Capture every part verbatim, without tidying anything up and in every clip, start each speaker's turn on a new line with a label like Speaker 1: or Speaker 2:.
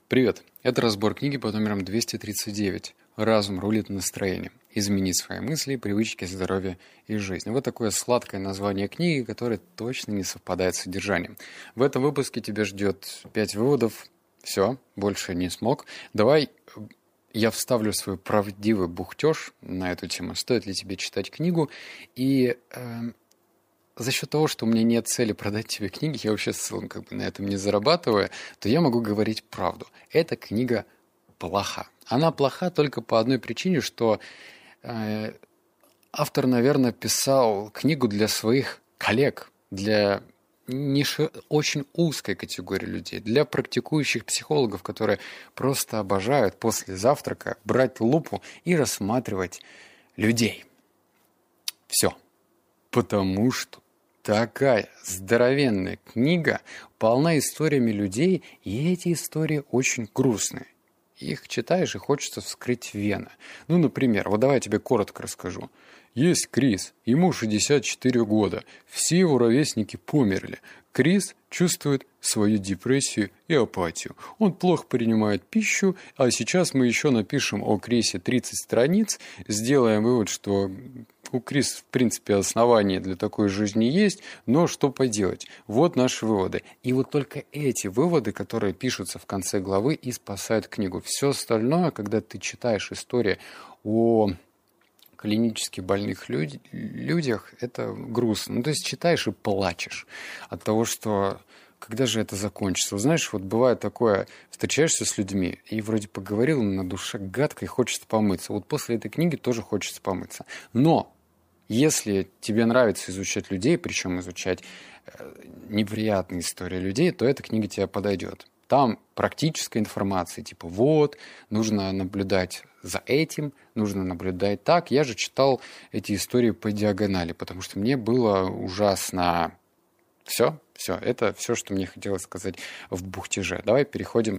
Speaker 1: Привет! Это разбор книги под номером двести тридцать девять. «Разум рулит настроением. Изменить свои мысли, привычки, здоровье и жизнь». Вот такое сладкое название книги, которое точно не совпадает с содержанием. В этом выпуске тебя ждет пять выводов. Все, больше не смог. Давай я вставлю свой правдивый бухтеж на эту тему. Стоит ли тебе читать книгу? И э, за счет того, что у меня нет цели продать тебе книги, я вообще в целом как бы на этом не зарабатываю, то я могу говорить правду. Эта книга плоха. Она плоха только по одной причине, что э, автор, наверное, писал книгу для своих коллег, для не ши- очень узкой категории людей, для практикующих психологов, которые просто обожают после завтрака брать лупу и рассматривать людей. Все. Потому что такая здоровенная книга полна историями людей, и эти истории очень грустные. Их читаешь, и хочется вскрыть вены. Ну, например, вот давай я тебе коротко расскажу. Есть Крис, ему шестьдесят четыре года, все его ровесники померли. Крис чувствует свою депрессию и апатию. Он плохо принимает пищу, а сейчас мы еще напишем о Крисе тридцать страниц, сделаем вывод, что у Криса, в принципе, основания для такой жизни есть, но что поделать? Вот наши выводы. И вот только эти выводы, которые пишутся в конце главы, и спасают книгу. Все остальное, когда ты читаешь истории о клинически больных люд- людях, это грустно. Ну, то есть читаешь и плачешь от того, что когда же это закончится? Знаешь, вот бывает такое, встречаешься с людьми, и вроде поговорил, на душе гадко, и хочется помыться. Вот после этой книги тоже хочется помыться. Но если тебе нравится изучать людей, причем изучать э, неприятные истории людей, то эта книга тебе подойдет. Там практическая информация, типа вот, нужно наблюдать за этим, нужно наблюдать так. Я же читал эти истории по диагонали, потому что мне было ужасно. Все, все, это все, что мне хотелось сказать в бухтеже. Давай переходим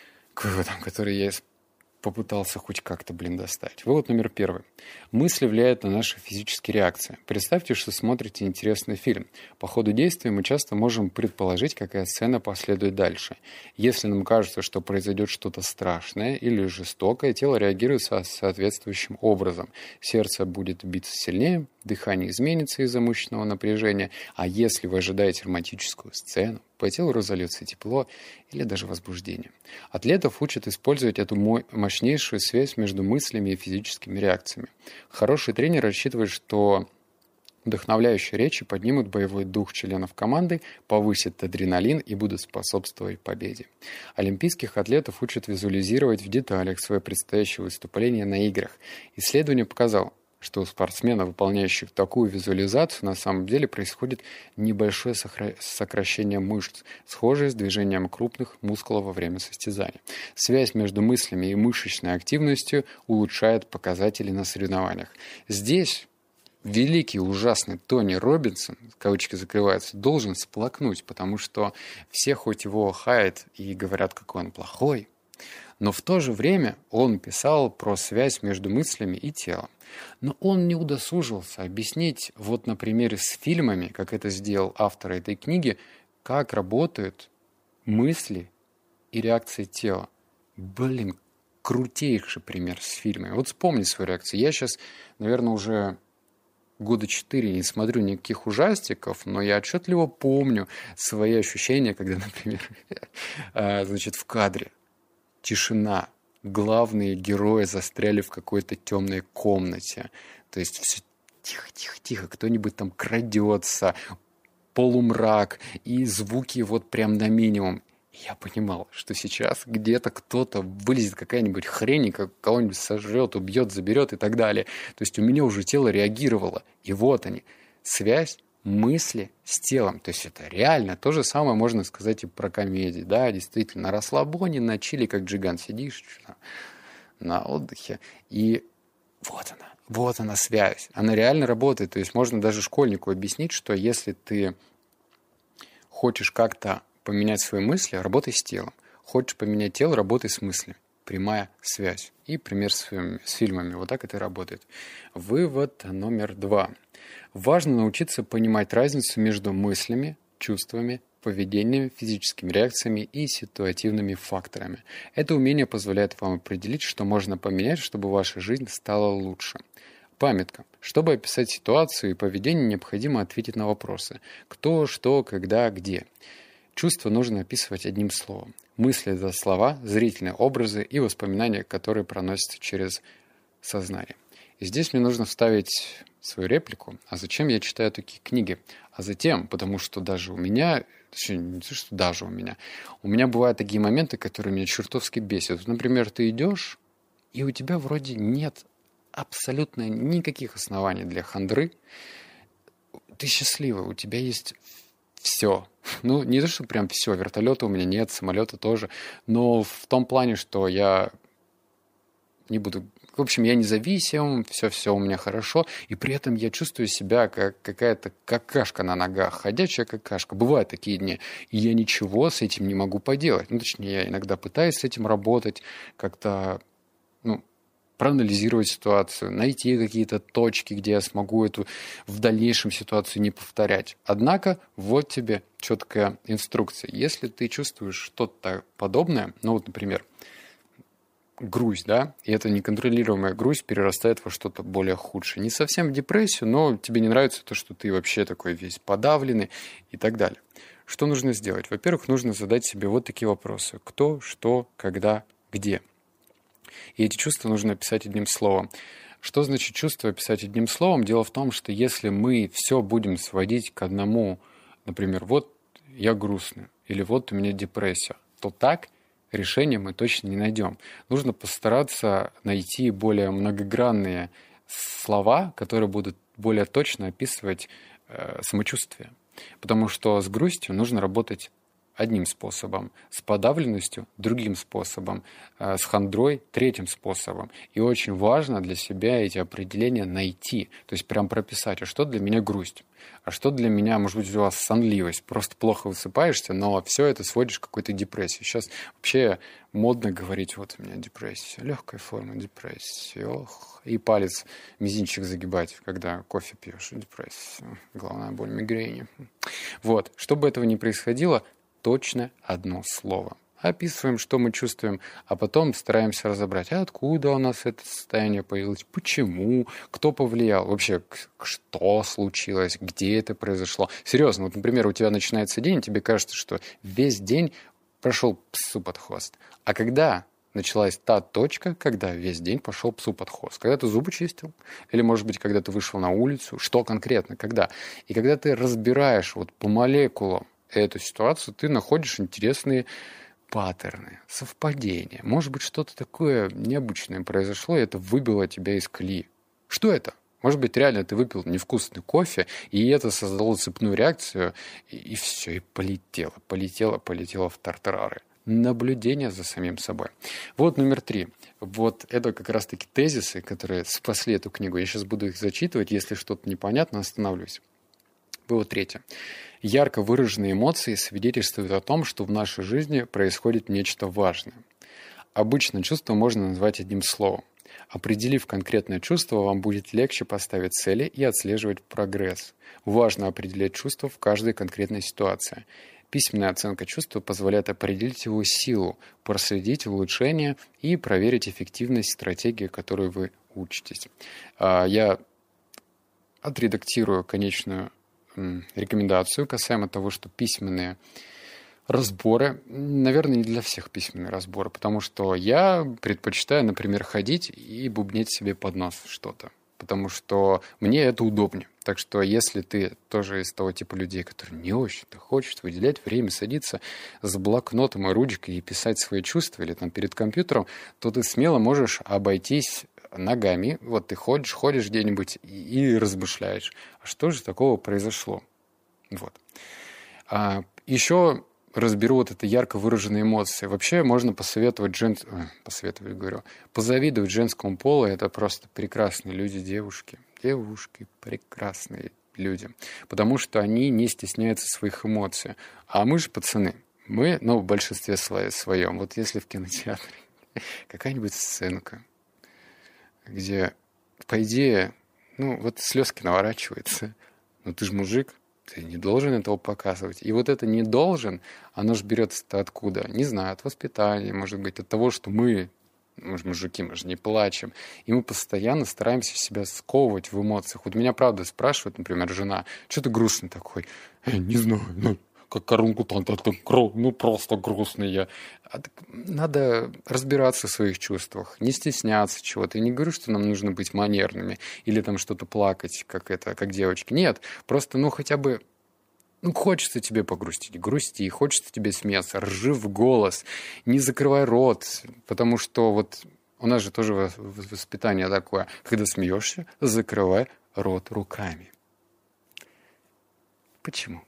Speaker 1: к выводам, которые я попытался хоть как-то, блин, достать. Вывод номер первый. Мысли влияют на наши физические реакции. Представьте, что смотрите интересный фильм. По ходу действия мы часто можем предположить, какая сцена последует дальше. Если нам кажется, что произойдет что-то страшное или жестокое, тело реагирует со- соответствующим образом. Сердце будет биться сильнее, дыхание изменится из-за мышечного напряжения, а если вы ожидаете романтическую сцену, по телу разольется тепло или даже возбуждение. Атлетов учат использовать эту мощнейшую связь между мыслями и физическими реакциями. Хороший тренер рассчитывает, что вдохновляющие речи поднимут боевой дух членов команды, повысят адреналин и будут способствовать победе. Олимпийских атлетов учат визуализировать в деталях свое предстоящее выступление на играх. Исследование показало, что у спортсменов, выполняющих такую визуализацию, на самом деле происходит небольшое сокращение мышц, схожее с движением крупных мускулов во время состязания. Связь между мыслями и мышечной активностью улучшает показатели на соревнованиях. Здесь великий ужасный Тони Робинсон, кавычки закрываются, должен сплакнуть, потому что все хоть его хаят и говорят, какой он плохой, но в то же время он писал про связь между мыслями и телом. Но он не удосужился объяснить, вот на примере с фильмами, как это сделал автор этой книги, как работают мысли и реакции тела. Блин, крутейший пример с фильмами. Вот вспомни свою реакцию. Я сейчас, наверное, уже года четыре не смотрю никаких ужастиков, но я отчетливо помню свои ощущения, когда, например, значит, в кадре тишина. Главные герои застряли в какой-то темной комнате. То есть все тихо-тихо-тихо, кто-нибудь там крадется, полумрак, и звуки вот прям на минимум. И я понимал, что сейчас где-то кто-то вылезет, какая-нибудь хрень, и кого-нибудь сожрет, убьет, заберет и так далее. То есть у меня уже тело реагировало. И вот они, связь мысли с телом. То есть это реально то же самое можно сказать и про комедии. Да, действительно, на расслабоне, на чили, как джиган сидишь на отдыхе. И вот она, вот она связь. Она реально работает. То есть можно даже школьнику объяснить, что если ты хочешь как-то поменять свои мысли, работай с телом. Хочешь поменять тело, работай с мыслями. Прямая связь. И пример с, фильмами, с фильмами. Вот так это и работает. Вывод номер два. Важно научиться понимать разницу между мыслями, чувствами поведением, физическими реакциями и ситуативными факторами. Это умение позволяет вам определить, что можно поменять, чтобы ваша жизнь стала лучше. Памятка. Чтобы описать ситуацию и поведение, необходимо ответить на вопросы: кто, что, когда, где. Чувства нужно описывать одним словом. Мысли — это слова, зрительные образы и воспоминания, которые проносятся через сознание. И здесь мне нужно вставить свою реплику. А зачем я читаю такие книги? А затем, потому что даже у меня, точнее, не то, что даже у меня, у меня бывают такие моменты, которые меня чертовски бесят. Например, ты идешь, и у тебя вроде нет абсолютно никаких оснований для хандры. Ты счастливый, у тебя есть все. Ну, не то, что прям все, вертолета у меня нет, самолета тоже, но в том плане, что я не буду... В общем, я независим, все-все у меня хорошо, и при этом я чувствую себя как какая-то какашка на ногах, ходячая какашка. Бывают такие дни, и я ничего с этим не могу поделать. Ну, точнее, я иногда пытаюсь с этим работать, как-то, ну, проанализировать ситуацию, найти какие-то точки, где я смогу эту в дальнейшем ситуацию не повторять. Однако, вот тебе четкая инструкция. Если ты чувствуешь что-то подобное, ну вот, например, грусть, да, и эта неконтролируемая грусть перерастает во что-то более худшее. Не совсем в депрессию, но тебе не нравится то, что ты вообще такой весь подавленный и так далее. Что нужно сделать? Во-первых, нужно задать себе вот такие вопросы. Кто, что, когда, где. И эти чувства нужно описать одним словом. Что значит чувство описать одним словом? Дело в том, что если мы все будем сводить к одному, например, вот я грустный, или вот у меня депрессия, то так решения мы точно не найдем. Нужно постараться найти более многогранные слова, которые будут более точно описывать э, самочувствие. Потому что с грустью нужно работать одним способом, с подавленностью другим способом, с хандрой третьим способом. И очень важно для себя эти определения найти, то есть прям прописать, а что для меня грусть, а что для меня, может быть, у вас сонливость, просто плохо высыпаешься, но все это сводишь к какой-то депрессии. Сейчас вообще модно говорить, вот у меня депрессия, легкая форма депрессии, ох, и палец, мизинчик загибать, когда кофе пьешь, депрессия, головная боль, мигрени. Вот, чтобы этого не происходило, точно одно слово. Описываем, что мы чувствуем, а потом стараемся разобрать, а откуда у нас это состояние появилось, почему, кто повлиял, вообще, что случилось, где это произошло. Серьезно, вот, например, у тебя начинается день, и тебе кажется, что весь день прошел псу под хвост. А когда началась та точка, когда весь день пошел псу под хвост? Когда ты зубы чистил? Или, может быть, когда ты вышел на улицу? Что конкретно, когда? И когда ты разбираешь вот по молекулам эту ситуацию, ты находишь интересные паттерны, совпадения. Может быть, что-то такое необычное произошло, и это выбило тебя из колеи. Что это? Может быть, реально ты выпил невкусный кофе, и это создало цепную реакцию, и, и все, и полетело, полетело, полетело в тартарары. Наблюдение за самим собой. Вот номер три. Вот это как раз-таки тезисы, которые спасли эту книгу. Я сейчас буду их зачитывать, если что-то непонятно, остановлюсь. Было третье. Ярко выраженные эмоции свидетельствуют о том, что в нашей жизни происходит нечто важное. Обычно чувство можно назвать одним словом. Определив конкретное чувство, вам будет легче поставить цели и отслеживать прогресс. Важно определять чувство в каждой конкретной ситуации. Письменная оценка чувства позволяет определить его силу, проследить улучшение и проверить эффективность стратегии, которой вы учитесь. Я отредактирую конечную рекомендацию касаемо того, что письменные разборы, наверное, не для всех письменные разборы, потому что я предпочитаю, например, ходить и бубнить себе под нос что-то, потому что мне это удобнее. Так что если ты тоже из того типа людей, которые не очень-то хочет выделять время, садиться с блокнотом и ручкой и писать свои чувства или там перед компьютером, то ты смело можешь обойтись ногами. Вот ты ходишь, ходишь где-нибудь и, и размышляешь, а что же такого произошло? Вот. А еще разберу вот это ярко выраженные эмоции. Вообще можно посоветовать женс... посоветовать, говорю, позавидовать женскому полу. Это просто прекрасные люди, девушки. Девушки прекрасные люди. Потому что они не стесняются своих эмоций. А мы же пацаны. Мы, ну, в большинстве своем. Вот если в кинотеатре какая-нибудь сценка, где, по идее, ну, вот слезки наворачиваются. Но ты же мужик, ты не должен этого показывать. И вот это «не должен», оно же берется-то откуда? Не знаю, от воспитания, может быть, от того, что мы, мы же мужики, мы же не плачем. И мы постоянно стараемся себя сковывать в эмоциях. Вот меня, правда, спрашивает, например, жена, что ты грустный такой? «Э, не знаю, ну, как орангутан, ну просто грустный я». А так надо разбираться в своих чувствах, не стесняться чего-то. Я не говорю, что нам нужно быть манерными или там что-то плакать, как это, как девочки. Нет, просто, ну, хотя бы, ну, хочется тебе погрустить, грусти, хочется тебе смеяться, ржи в голос, не закрывай рот, потому что вот у нас же тоже воспитание такое, когда смеешься, закрывай рот руками. Почему?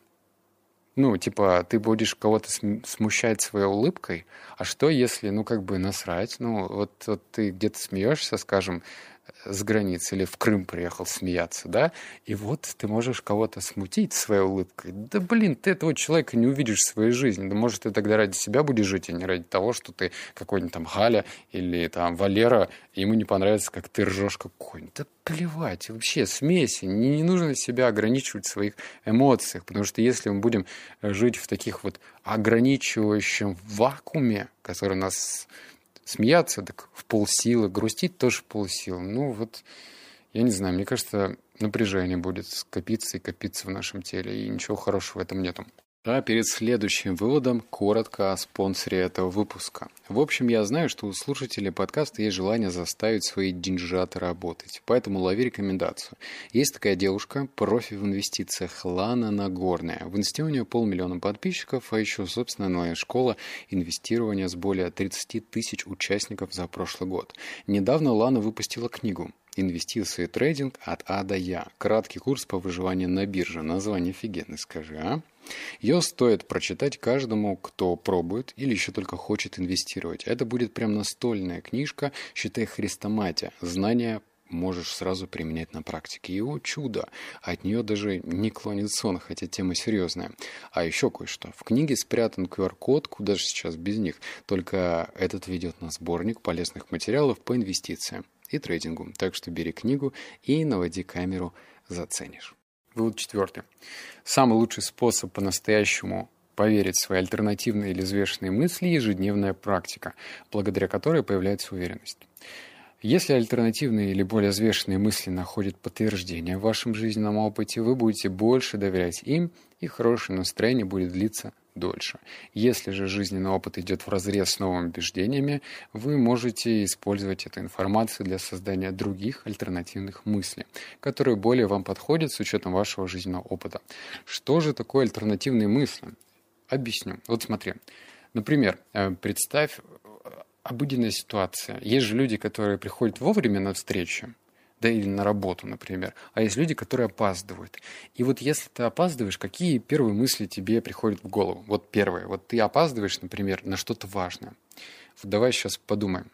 Speaker 1: Ну, типа, ты будешь кого-то смущать своей улыбкой, а что если, ну, как бы насрать? Ну, вот, вот ты где-то смеешься, скажем, с границы или в Крым приехал смеяться, да, и вот ты можешь кого-то смутить своей улыбкой. Да, блин, ты этого человека не увидишь в своей жизни. Да, может, ты тогда ради себя будешь жить, а не ради того, что ты какой-нибудь там Галя или там Валера, и ему не понравится, как ты ржешь как конь. Да плевать, вообще смейся. Не, не нужно себя ограничивать в своих эмоциях, потому что если мы будем жить в таких вот ограничивающем вакууме, который нас... Смеяться так в полсилы, грустить тоже в полсилы. Ну вот, я не знаю, мне кажется, напряжение будет копиться и копиться в нашем теле, и ничего хорошего в этом нету. А перед следующим выводом коротко о спонсоре этого выпуска. В общем, я знаю, что у слушателей подкаста есть желание заставить свои деньжаты работать, поэтому лови рекомендацию. Есть такая девушка, профи в инвестициях, Лана Нагорная. В инсте у нее полмиллиона подписчиков, а еще, собственно, онлайн-школа инвестирования с более тридцать тысяч участников за прошлый год. Недавно Лана выпустила книгу «Инвестиции и трейдинг от А до Я». Краткий курс по выживанию на бирже. Название офигенное, скажи, а? Ее стоит прочитать каждому, кто пробует или еще только хочет инвестировать. Это будет прям настольная книжка, считай, хрестоматия. Знания можешь сразу применять на практике. И, о чудо, от нее даже не клонит сон, хотя тема серьезная. А еще кое-что. В книге спрятан ку ар код, куда же сейчас без них. Только этот ведет на сборник полезных материалов по инвестициям и трейдингу. Так что бери книгу и наводи камеру, заценишь. Вывод четвертый. Самый лучший способ по-настоящему поверить в свои альтернативные или взвешенные мысли – ежедневная практика, благодаря которой появляется уверенность. Если альтернативные или более взвешенные мысли находят подтверждение в вашем жизненном опыте, вы будете больше доверять им, и хорошее настроение будет длиться дольше. Если же жизненный опыт идет вразрез с новыми убеждениями, вы можете использовать эту информацию для создания других альтернативных мыслей, которые более вам подходят с учетом вашего жизненного опыта. Что же такое альтернативные мысли? Объясню. Вот смотри. Например, представь обыденная ситуация. Есть же люди, которые приходят вовремя на встречу, да или на работу, например, а есть люди, которые опаздывают. И вот если ты опаздываешь, какие первые мысли тебе приходят в голову? Вот первое. Вот ты опаздываешь, например, на что-то важное. Вот давай сейчас подумаем.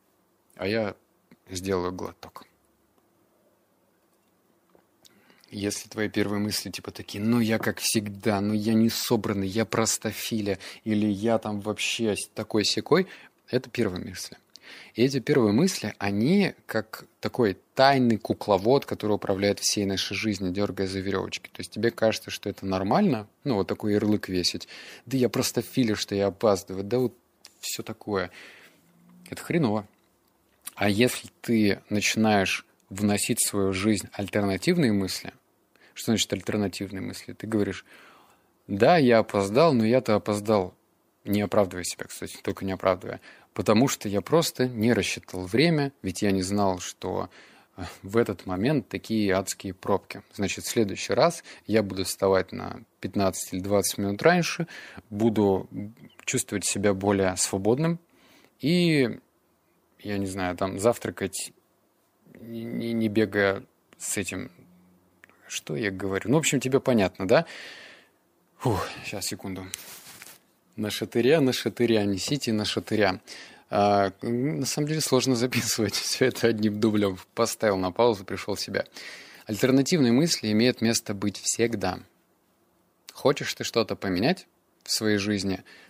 Speaker 1: А я сделаю глоток. Если твои первые мысли типа такие, ну я как всегда, ну я не собранный, я простофиля, или я там вообще такой-сякой, это первые мысли. И эти первые мысли, они как такой тайный кукловод, который управляет всей нашей жизнью, дергая за веревочки. То есть тебе кажется, что это нормально, ну вот такой ярлык весить. Да я просто филю, что я опаздываю, да вот все такое. Это хреново. А если ты начинаешь вносить в свою жизнь альтернативные мысли, что значит альтернативные мысли? Ты говоришь, да, я опоздал, но я-то опоздал. Не оправдывая себя, кстати, только не оправдывая. Потому что я просто не рассчитал время, ведь я не знал, что в этот момент такие адские пробки. Значит, в следующий раз я буду вставать на пятнадцать или двадцать минут раньше, буду чувствовать себя более свободным и, я не знаю, там завтракать, не, не бегая с этим... Что я говорю? Ну, в общем, тебе понятно, да? Фух, сейчас, секунду. На шатыря, на шатыря, несите на шатыря. А, на самом деле сложно записывать все это одним дублем. Поставил на паузу, пришел в себя. Альтернативные мысли имеют место быть всегда. Хочешь ты что-то поменять в своей жизни,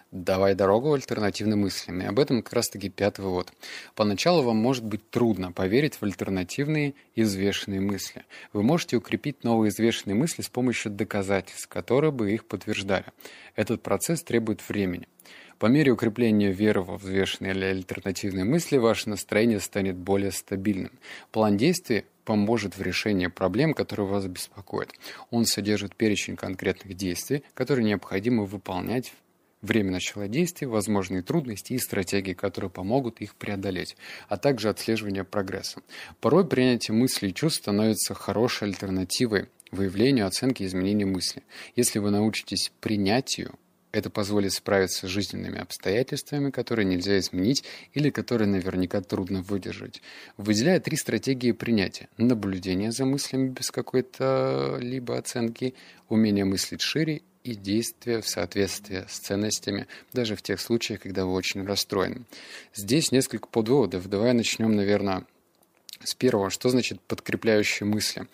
Speaker 1: давай дорогу альтернативным мыслям. И об этом как раз-таки пятый вывод. Поначалу вам может быть трудно поверить в альтернативные и взвешенные мысли. Вы можете укрепить новые взвешенные мысли с помощью доказательств, которые бы их подтверждали. Этот процесс требует времени. По мере укрепления веры во взвешенные или альтернативные мысли, ваше настроение станет более стабильным. План действий поможет в решении проблем, которые вас беспокоят. Он содержит перечень конкретных действий, которые необходимо выполнять, время начала действий, возможные трудности и стратегии, которые помогут их преодолеть, а также отслеживание прогресса. Порой принятие мыслей и чувств становится хорошей альтернативой выявлению, оценке и изменению мысли. Если вы научитесь принятию, это позволит справиться с жизненными обстоятельствами, которые нельзя изменить или которые наверняка трудно выдержать. Выделяя три стратегии принятия: наблюдение за мыслями без какой-то либо оценки, умение мыслить шире и действия в соответствии с ценностями, даже в тех случаях, когда вы очень расстроены. Здесь несколько подводов. Давай начнем, наверное, с первого. Что значит подкрепляющие мысли?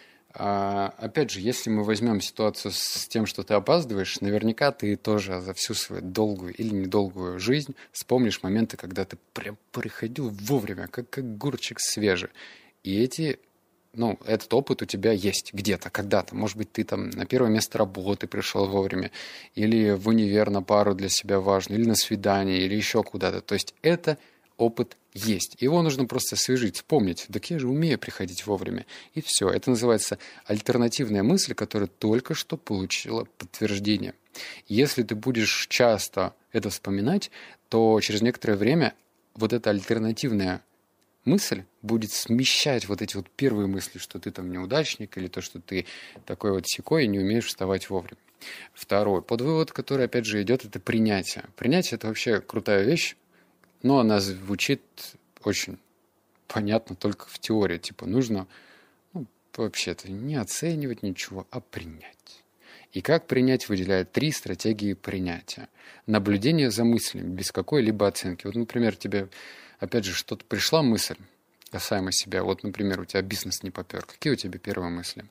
Speaker 1: А, опять же, если мы возьмем ситуацию с тем, что ты опаздываешь, наверняка ты тоже за всю свою долгую или недолгую жизнь вспомнишь моменты, когда ты прям приходил вовремя, как огурчик свежий. И эти, ну, этот опыт у тебя есть где-то, когда-то. Может быть, ты там на первое место работы пришел вовремя, или в универ на пару для себя важную, или на свидание, или еще куда-то. То есть это опыт есть. Его нужно просто освежить, вспомнить. Так я же умею приходить вовремя. И все. Это называется альтернативная мысль, которая только что получила подтверждение. Если ты будешь часто это вспоминать, то через некоторое время вот эта альтернативная мысль будет смещать вот эти вот первые мысли, что ты там неудачник, или то, что ты такой вот сякой и не умеешь вставать вовремя. Второй подвывод, который опять же идет, это принятие. Принятие — это вообще крутая вещь. Но она звучит очень понятно только в теории. Типа нужно, ну, вообще-то не оценивать ничего, а принять. И как принять выделяет три стратегии принятия. Наблюдение за мыслями, без какой-либо оценки. Вот, например, тебе, опять же, что-то пришла мысль касаемо себя. Вот, например, у тебя бизнес не попер. Какие у тебя первые мысли?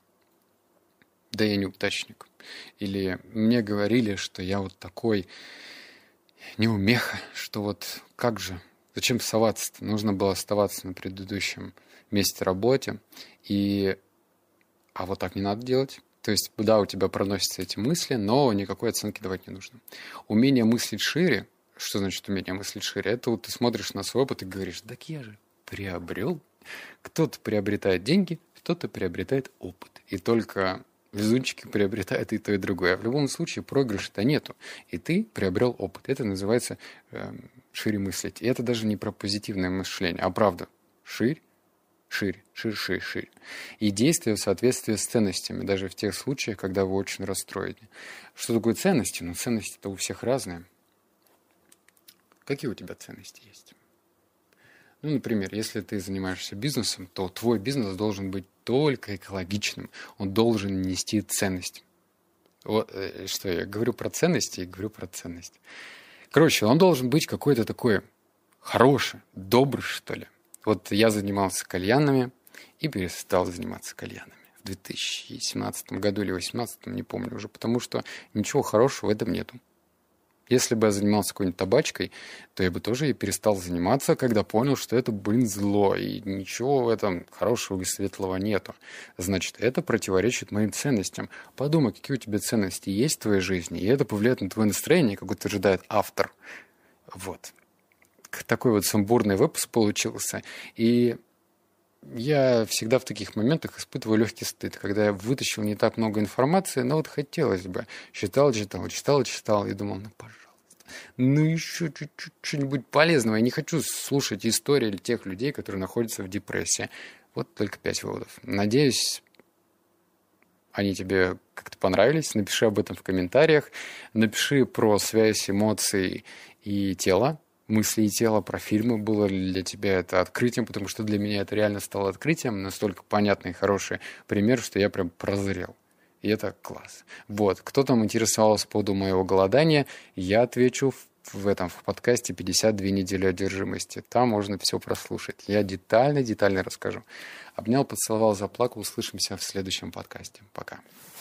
Speaker 1: Да я неудачник. Или мне говорили, что я вот такой неумеха, что вот как же, зачем соваться-то? Нужно было оставаться на предыдущем месте работы, и... а вот так не надо делать. То есть, да, у тебя проносятся эти мысли, но никакой оценки давать не нужно. Умение мыслить шире, что значит умение мыслить шире? Это вот ты смотришь на свой опыт и говоришь: так я же приобрел. Кто-то приобретает деньги, кто-то приобретает опыт. И только везунчики приобретают и то, и другое. А в любом случае проигрыша-то нету. И ты приобрел опыт. Это называется э, шире мыслить. И это даже не про позитивное мышление, а правда. Ширь, шире, шире, шире, шире. И действия в соответствии с ценностями, даже в тех случаях, когда вы очень расстроены. Что такое ценности? Ну, ценности-то у всех разные. Какие у тебя ценности есть? Ну, например, если ты занимаешься бизнесом, то твой бизнес должен быть только экологичным. Он должен нести ценность. Вот, что я говорю про ценности и говорю про ценность. Короче, он должен быть какой-то такой хороший, добрый, что ли. Вот я занимался кальянами и перестал заниматься кальянами в две тысячи семнадцатом году или две тысячи восемнадцатом, не помню уже, потому что ничего хорошего в этом нету. Если бы я занимался какой-нибудь табачкой, то я бы тоже и перестал заниматься, когда понял, что это, блин, зло, и ничего в этом хорошего и светлого нету. Значит, это противоречит моим ценностям. Подумай, какие у тебя ценности есть в твоей жизни, и это повлияет на твое настроение, как утверждает автор. Вот. Такой вот сумбурный выпуск получился. И я всегда в таких моментах испытываю легкий стыд, когда я вытащил не так много информации, но вот хотелось бы. Читал, читал, читал, читал, и думал: ну, пожалуйста, ну еще чуть-чуть что-нибудь полезного. Я не хочу слушать истории тех людей, которые находятся в депрессии. Вот только пять выводов. Надеюсь, они тебе как-то понравились. Напиши об этом в комментариях. Напиши про связь эмоций и тела. Мысли и тело, про фильмы. Было ли для тебя это открытием? Потому что для меня это реально стало открытием. Настолько понятный и хороший пример, что я прям прозрел. И это класс. Вот. Кто там интересовался по поводу моего голодания, я отвечу в, в этом в подкасте «пятьдесят две недели одержимости». Там можно все прослушать. Я детально-детально расскажу. Обнял, поцеловал, заплакал. Услышимся в следующем подкасте. Пока.